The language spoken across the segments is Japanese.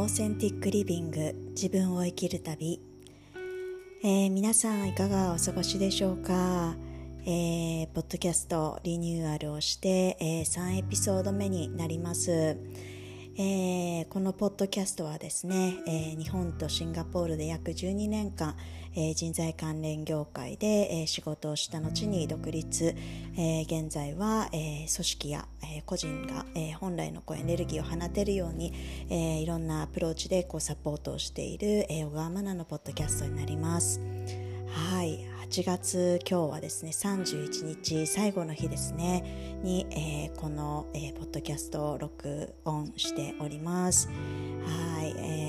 ーセンティックリビング、自分を生きる旅。皆さんいかがお過ごしでしょうか。ポッドキャストリニューアルをして、3エピソード目になります。このポッドキャストはですね、日本とシンガポールで約12年間、人材関連業界で、仕事をした後に独立、現在は、組織や、個人が、本来のエネルギーを放てるように、いろんなアプローチでサポートをしている、小川真奈のポッドキャストになります。はい、8月今日はですね31日最後の日ですねに、この、ポッドキャストを録音しております。はい、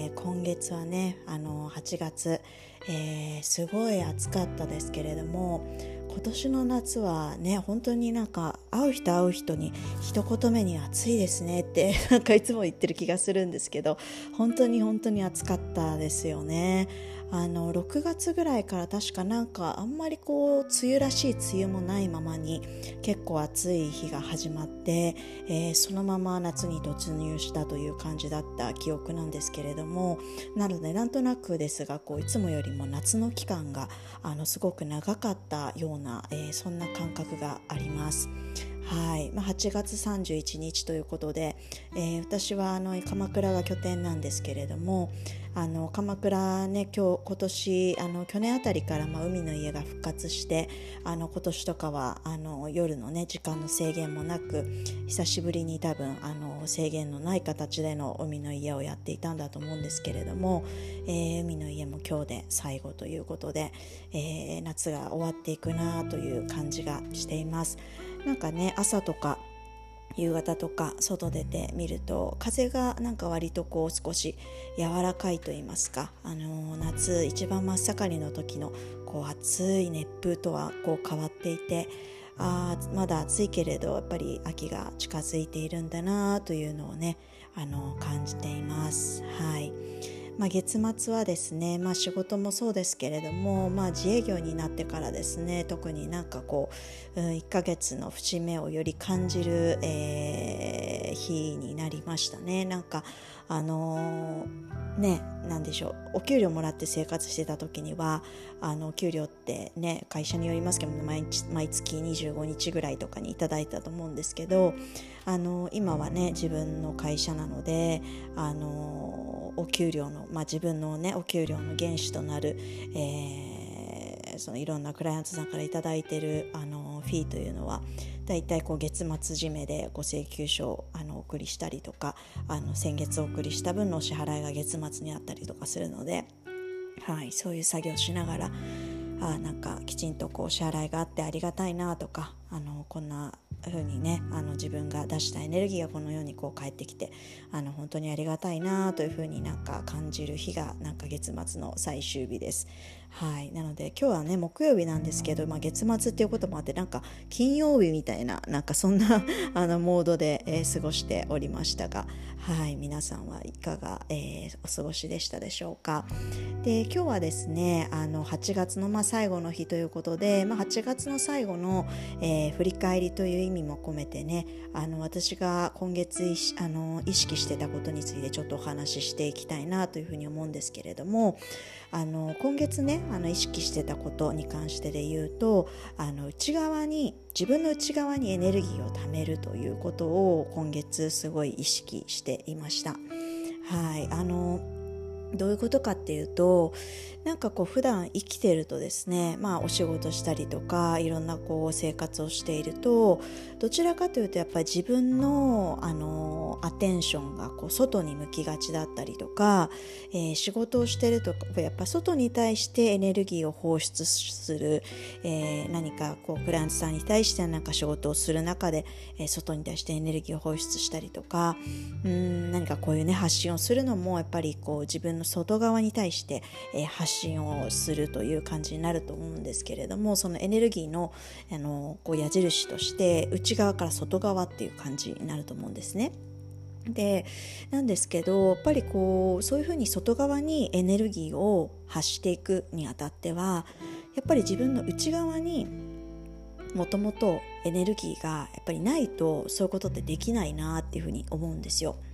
今月はね8月、すごい暑かったですけれども、今年の夏はね本当に会う人に一言目に暑いですねっていつも言ってる気がするんですけど、本当に暑かったですよね。6月ぐらいから確かあんまり梅雨らしい梅雨もないままに結構暑い日が始まって、そのまま夏に突入したという感じだった記憶なんですけれども、なのでなんとなくですがいつもよりも夏の期間がすごく長かったような、そんな感覚があります。はい、8月31日ということで、私は鎌倉が拠点なんですけれども、鎌倉ね今年去年あたりから海の家が復活して、今年とかは夜のね時間の制限もなく久しぶりに多分制限のない形での海の家をやっていたんだと思うんですけれども、海の家も今日で最後ということで、夏が終わっていくなという感じがしています。朝とか夕方とか外出てみると風が割と少し柔らかいと言いますか、夏一番真っ盛りの時の暑い熱風とは変わっていて、まだ暑いけれどやっぱり秋が近づいているんだなというのをね感じています。はい。月末はですね、仕事もそうですけれども、自営業になってからですね、特に1ヶ月の節目をより感じる、日になりましたね。なんでしょう、お給料もらって生活してた時にはお給料ってね会社によりますけど毎月25日ぐらいとかにいただいたと思うんですけど、今はね自分の会社なのでお給料の、自分のねお給料の原資となる、そのいろんなクライアントさんからいただいているフィーというのはだいたい月末締めで請求書をお送りしたりとか、先月お送りした分のお支払いが月末にあったりとかするので、はい、そういう作業をしながらきちんとお支払いがあってありがたいなとか、こんな風にね自分が出したエネルギーがこのように返ってきて本当にありがたいなという風に感じる日が月末の最終日です。はい、なので今日はね木曜日なんですけど、月末っていうこともあって金曜日みたいなそんなモードで、過ごしておりましたが、はい、皆さんはいかが、お過ごしでしたでしょうか。で今日はですね8月の最後の日ということで、8月の最後の、振り返りという意味も込めてね私が今月意識してたことについてちょっとお話ししていきたいなというふうに思うんですけれども、今月ね意識してたことに関してで言うと自分の内側にエネルギーを貯めるということを今月すごい意識していました。はい、どういうことかっていうと普段生きてるとですね、お仕事したりとかいろんな生活をしているとどちらかというとやっぱり自分のアテンションが外に向きがちだったりとか、仕事をしてるとやっぱ外に対してエネルギーを放出する、何かクライアントさんに対して仕事をする中で、外に対してエネルギーを放出したりとか何かこういうね発信をするのもやっぱり自分の外側に対して、発信をするという感じになると思うんですけれども、そのエネルギーの、矢印として内側から外側っていう感じになると思うんですね。なんですけどやっぱりそういうふうに外側にエネルギーを発していくにあたってはやっぱり自分の内側にもともとエネルギーがやっぱりないとそういうことってできないなっていうふうに思うんですよ。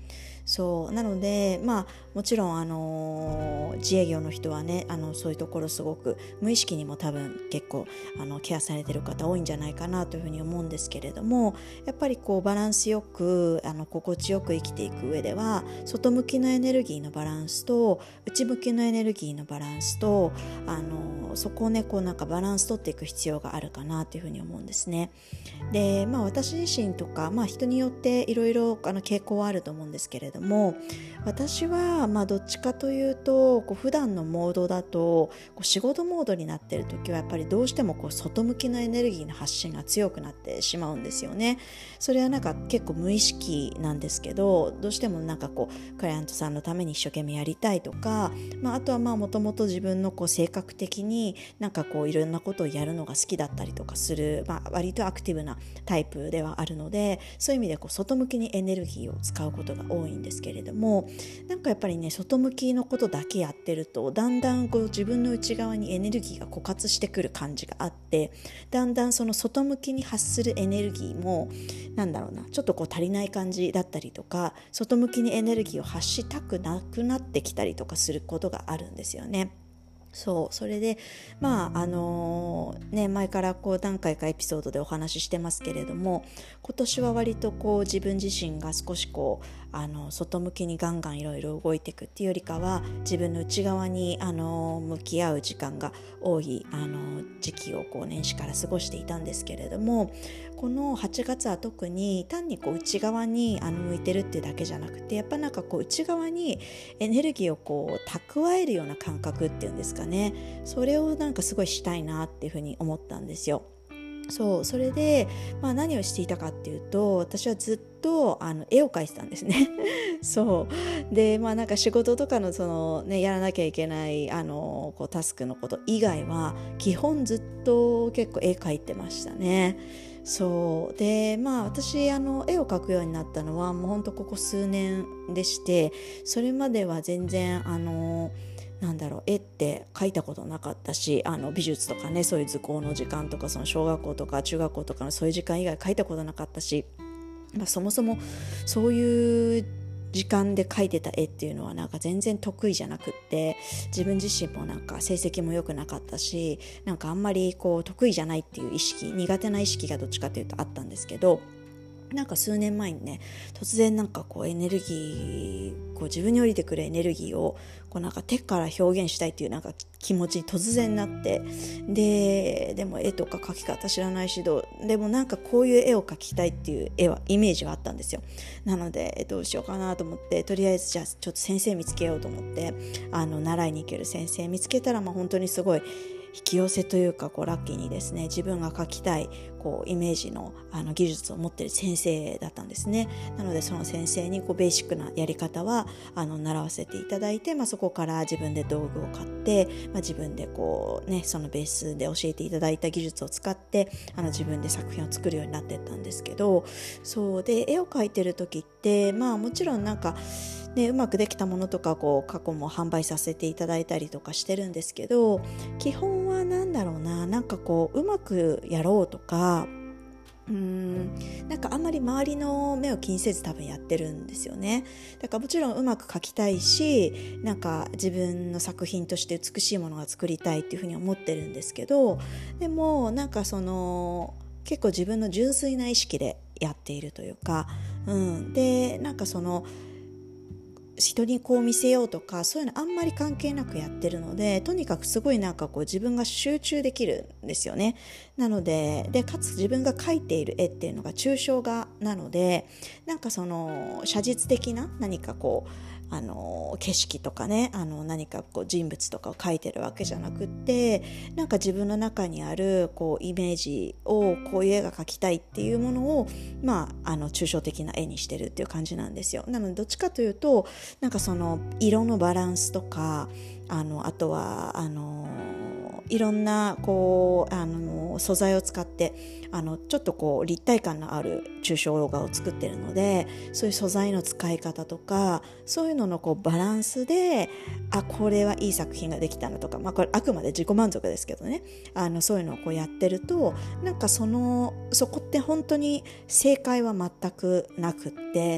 そうなので、もちろん自営業の人はね、そういうところすごく無意識にも多分結構ケアされてる方多いんじゃないかなというふうに思うんですけれども、やっぱりこうバランスよく心地よく生きていく上では、外向きのエネルギーのバランスと内向きのエネルギーのバランスとそこをねこうなんかバランス取っていく必要があるかなというふうに思うんですね。で、私自身とか、人によっていろいろ傾向はあると思うんですけれども、私はどっちかというと普段のモードだと仕事モードになっている時はやっぱりどうしても外向きのエネルギーの発信が強くなってしまうんですよね。それはなんか結構無意識なんですけど、どうしてもなんかクライアントさんのために一生懸命やりたいとか、あとはもともと自分の性格的になんかいろんなことをやるのが好きだったりとかする、割とアクティブなタイプではあるので、そういう意味で外向きにエネルギーを使うことが多いんですけれども、なんかやっぱりね外向きのことだけやってるとだんだん自分の内側にエネルギーが枯渇してくる感じがあって、だんだんその外向きに発するエネルギーもちょっと足りない感じだったりとか、外向きにエネルギーを発したくなくなってきたりとかすることがあるんですよね。それで前から何回かエピソードでお話ししてますけれども、今年は割と自分自身が少し外向きにガンガンいろいろ動いていくっていうよりかは、自分の内側に向き合う時間が多い時期を年始から過ごしていたんですけれども、この8月は特に単に内側に向いてるっていうだけじゃなくて、やっぱなんか内側にエネルギーを蓄えるような感覚っていうんですかね、それをなんかすごいしたいなっていうふうに思ったんですよ。それで、何をしていたかっていうと、私はずっと絵を描いてたんですねそうで、なんか仕事とかのやらなきゃいけないタスクのこと以外は基本ずっと結構絵描いてましたね。そうで、私絵を描くようになったのはもうほんとここ数年でして、それまでは全然絵って描いたことなかったし、美術とかね、そういう図工の時間とか、その小学校とか中学校とかのそういう時間以外描いたことなかったし、そもそもそういう時間で描いてた絵っていうのはなんか全然得意じゃなくって、自分自身もなんか成績も良くなかったし、なんかあんまり得意じゃないっていう意識、苦手な意識がどっちかというとあったんですけど、なんか数年前にね、突然なんかエネルギー、自分に降りてくるエネルギーをなんか手から表現したいっていうなんか気持ちに突然なって、でも絵とか描き方知らないし、でもなんかこういう絵を描きたいっていうイメージがあったんですよ。なのでどうしようかなと思って、とりあえずじゃあちょっと先生見つけようと思って習いに行ける先生見つけたら、本当にすごい引き寄せというかラッキーにですね、自分が描きたいイメージの技術を持っている先生だったんですね。なのでその先生にベーシックなやり方は習わせていただいて、そこから自分で道具を買って、自分でそのベースで教えていただいた技術を使って自分で作品を作るようになっていったんですけど、そうで絵を描いてる時ってもちろんなんかうまくできたものとか過去も販売させていただいたりとかしてるんですけど、基本はなんかうまくやろうとか、なんかあんまり周りの目を気にせず多分やってるんですよね。だからもちろんうまく描きたいし、なんか自分の作品として美しいものが作りたいっていうふうに思ってるんですけど、でもなんか結構自分の純粋な意識でやっているというか、でなんか人に見せようとかそういうのあんまり関係なくやってるので、とにかくすごいなんか自分が集中できるんですよね。なのでかつ自分が描いている絵っていうのが抽象画なので、なんか写実的な何か景色とかね、何か人物とかを描いてるわけじゃなくって、なんか自分の中にあるイメージをこういう絵が描きたいっていうものを抽象的な絵にしてるっていう感じなんですよ。なのでどっちかというとなんか色のバランスとかあとはいろんな素材を使ってちょっとこう立体感のある抽象画を作ってるので、そういう素材の使い方とかそういうののこうバランスでこれはいい作品ができたなとか、これあくまで自己満足ですけどね、そういうのをこうやってるとなんかそこって本当に正解は全くなくって、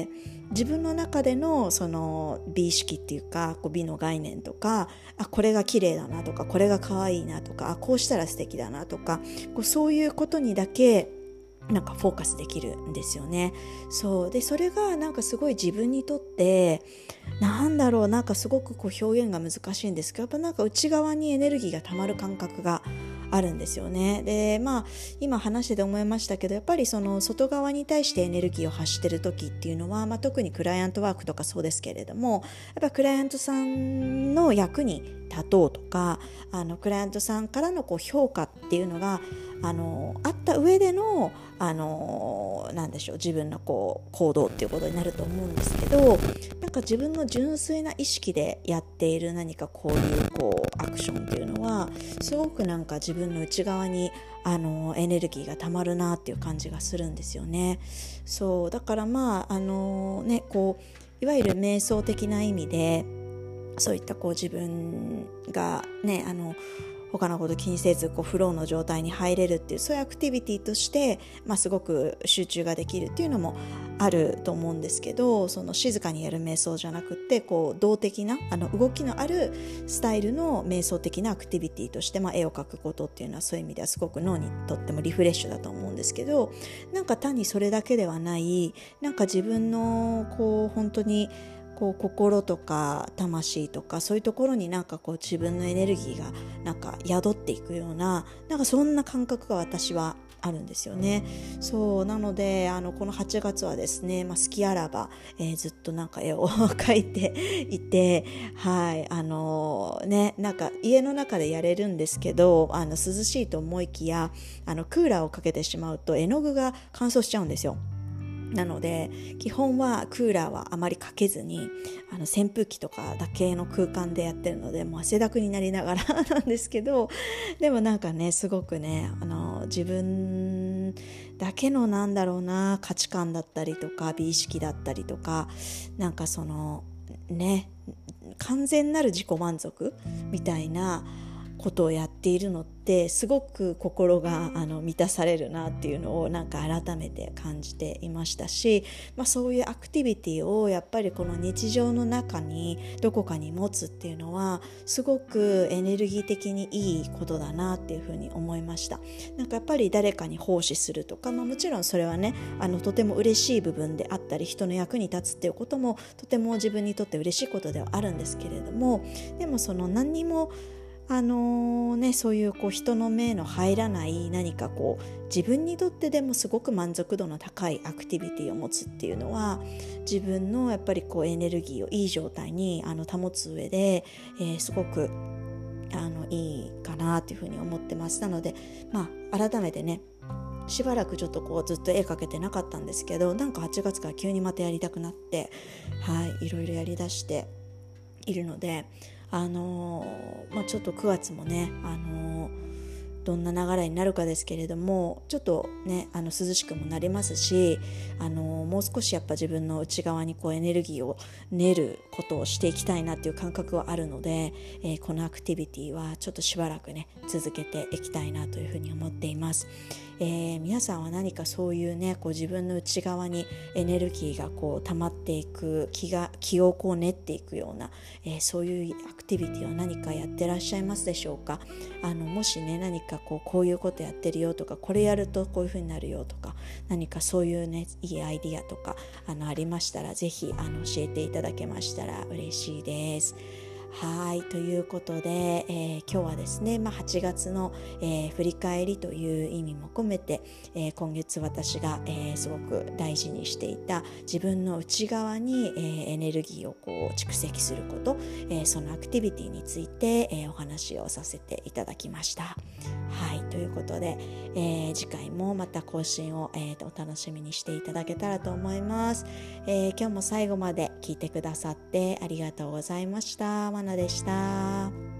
自分の中でのその美意識っていうか美の概念とかこれが綺麗だなとかこれが可愛いなとかこうしたら素敵だなとかそういうことにだけなんかフォーカスできるんですよね。そうで、それがなんかすごい自分にとってなんかすごくこう表現が難しいんですけど、やっぱなんか内側にエネルギーが溜まる感覚があるんですよね。で今話してて思いましたけど、やっぱりその外側に対してエネルギーを発してる時っていうのは、特にクライアントワークとかそうですけれども、やっぱクライアントさんの役に立とうとかクライアントさんからのこう評価っていうのがあった上でのなんでしょう、自分のこう行動っていうことになると思うんですけど、なんか自分の純粋な意識でやっている何かこういうアクションっていうのはすごくなんか自分の内側にエネルギーがたまるなっていう感じがするんですよね。そうだからこういわゆる瞑想的な意味でそういったこう自分がね他のこと気にせずフローの状態に入れるっていう、そういうアクティビティとして、すごく集中ができるっていうのもあると思うんですけど、その静かにやる瞑想じゃなくって動的な動きのあるスタイルの瞑想的なアクティビティとして、絵を描くことっていうのはそういう意味ではすごく脳にとってもリフレッシュだと思うんですけど、なんか単にそれだけではない、なんか自分の本当に心とか魂とかそういうところになんか自分のエネルギーがなんか宿っていくような、なんかそんな感覚が私はあるんですよね。そうなのでこの8月はですね、好きあらば、ずっとなんか絵を描いていて、はいなんか家の中でやれるんですけど涼しいと思いきやクーラーをかけてしまうと絵の具が乾燥しちゃうんですよ。なので基本はクーラーはあまりかけずに扇風機とかだけの空間でやってるので、もう汗だくになりながらなんですけど、でもなんかねすごくね自分だけの価値観だったりとか美意識だったりとか、なんかそのね完全なる自己満足みたいなことをやっているのってすごく心が満たされるなっていうのをなんか改めて感じていましたし、そういうアクティビティをやっぱりこの日常の中にどこかに持つっていうのはすごくエネルギー的にいいことだなっていうふうに思いました。なんかやっぱり誰かに奉仕するとか、もちろんそれはねとても嬉しい部分であったり人の役に立つっていうこともとても自分にとって嬉しいことではあるんですけれども、でもその何にもそういう人の目の入らない何か自分にとってでもすごく満足度の高いアクティビティを持つっていうのは自分のやっぱりエネルギーをいい状態に保つ上で、すごくいいかなというふうに思ってます。なので改めてねしばらくちょっとずっと絵描けてなかったんですけど、なんか8月から急にまたやりたくなって、いろいろやりだしているのでちょっと9月もね、どんな流れになるかですけれども、ちょっとね涼しくもなりますし、もう少しやっぱ自分の内側にエネルギーを練ることをしていきたいなっていう感覚はあるので、このアクティビティはちょっとしばらくね続けていきたいなというふうに思っています。皆さんは何かそういうね自分の内側にエネルギーが溜まっていく気を練っていくような、そういうアクティビティを何かやってらっしゃいますでしょうか。もしね何かこういうことやってるよとか、これやるとこういう風になるよとか、何かそういうねいいアイディアとかありましたらぜひ教えていただけましたら嬉しいです。ということで、今日はですね、8月の、振り返りという意味も込めて、今月私が、すごく大事にしていた自分の内側に、エネルギーを蓄積すること、そのアクティビティについて、お話をさせていただきました。ということで、次回もまた更新を、お楽しみにしていただけたらと思います。今日も最後まで聞いてくださってありがとうございました。まなでした。